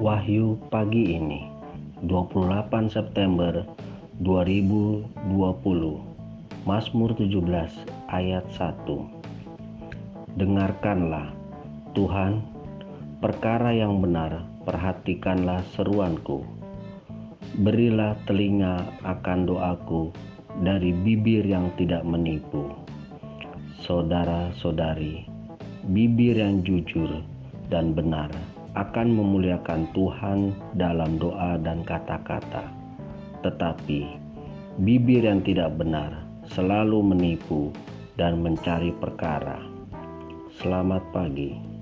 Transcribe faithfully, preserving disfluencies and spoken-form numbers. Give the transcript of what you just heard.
Wahyu pagi ini, dua puluh delapan September dua ribu dua puluh. Mazmur tujuh belas ayat satu. Dengarkanlah, Tuhan, perkara yang benar, perhatikanlah seruanku. Berilah telinga akan doaku dari bibir yang tidak menipu. Saudara-saudari, bibir yang jujur dan benar akan memuliakan Tuhan dalam doa dan kata-kata. Tetapi bibir yang tidak benar selalu menipu dan mencari perkara. Selamat pagi.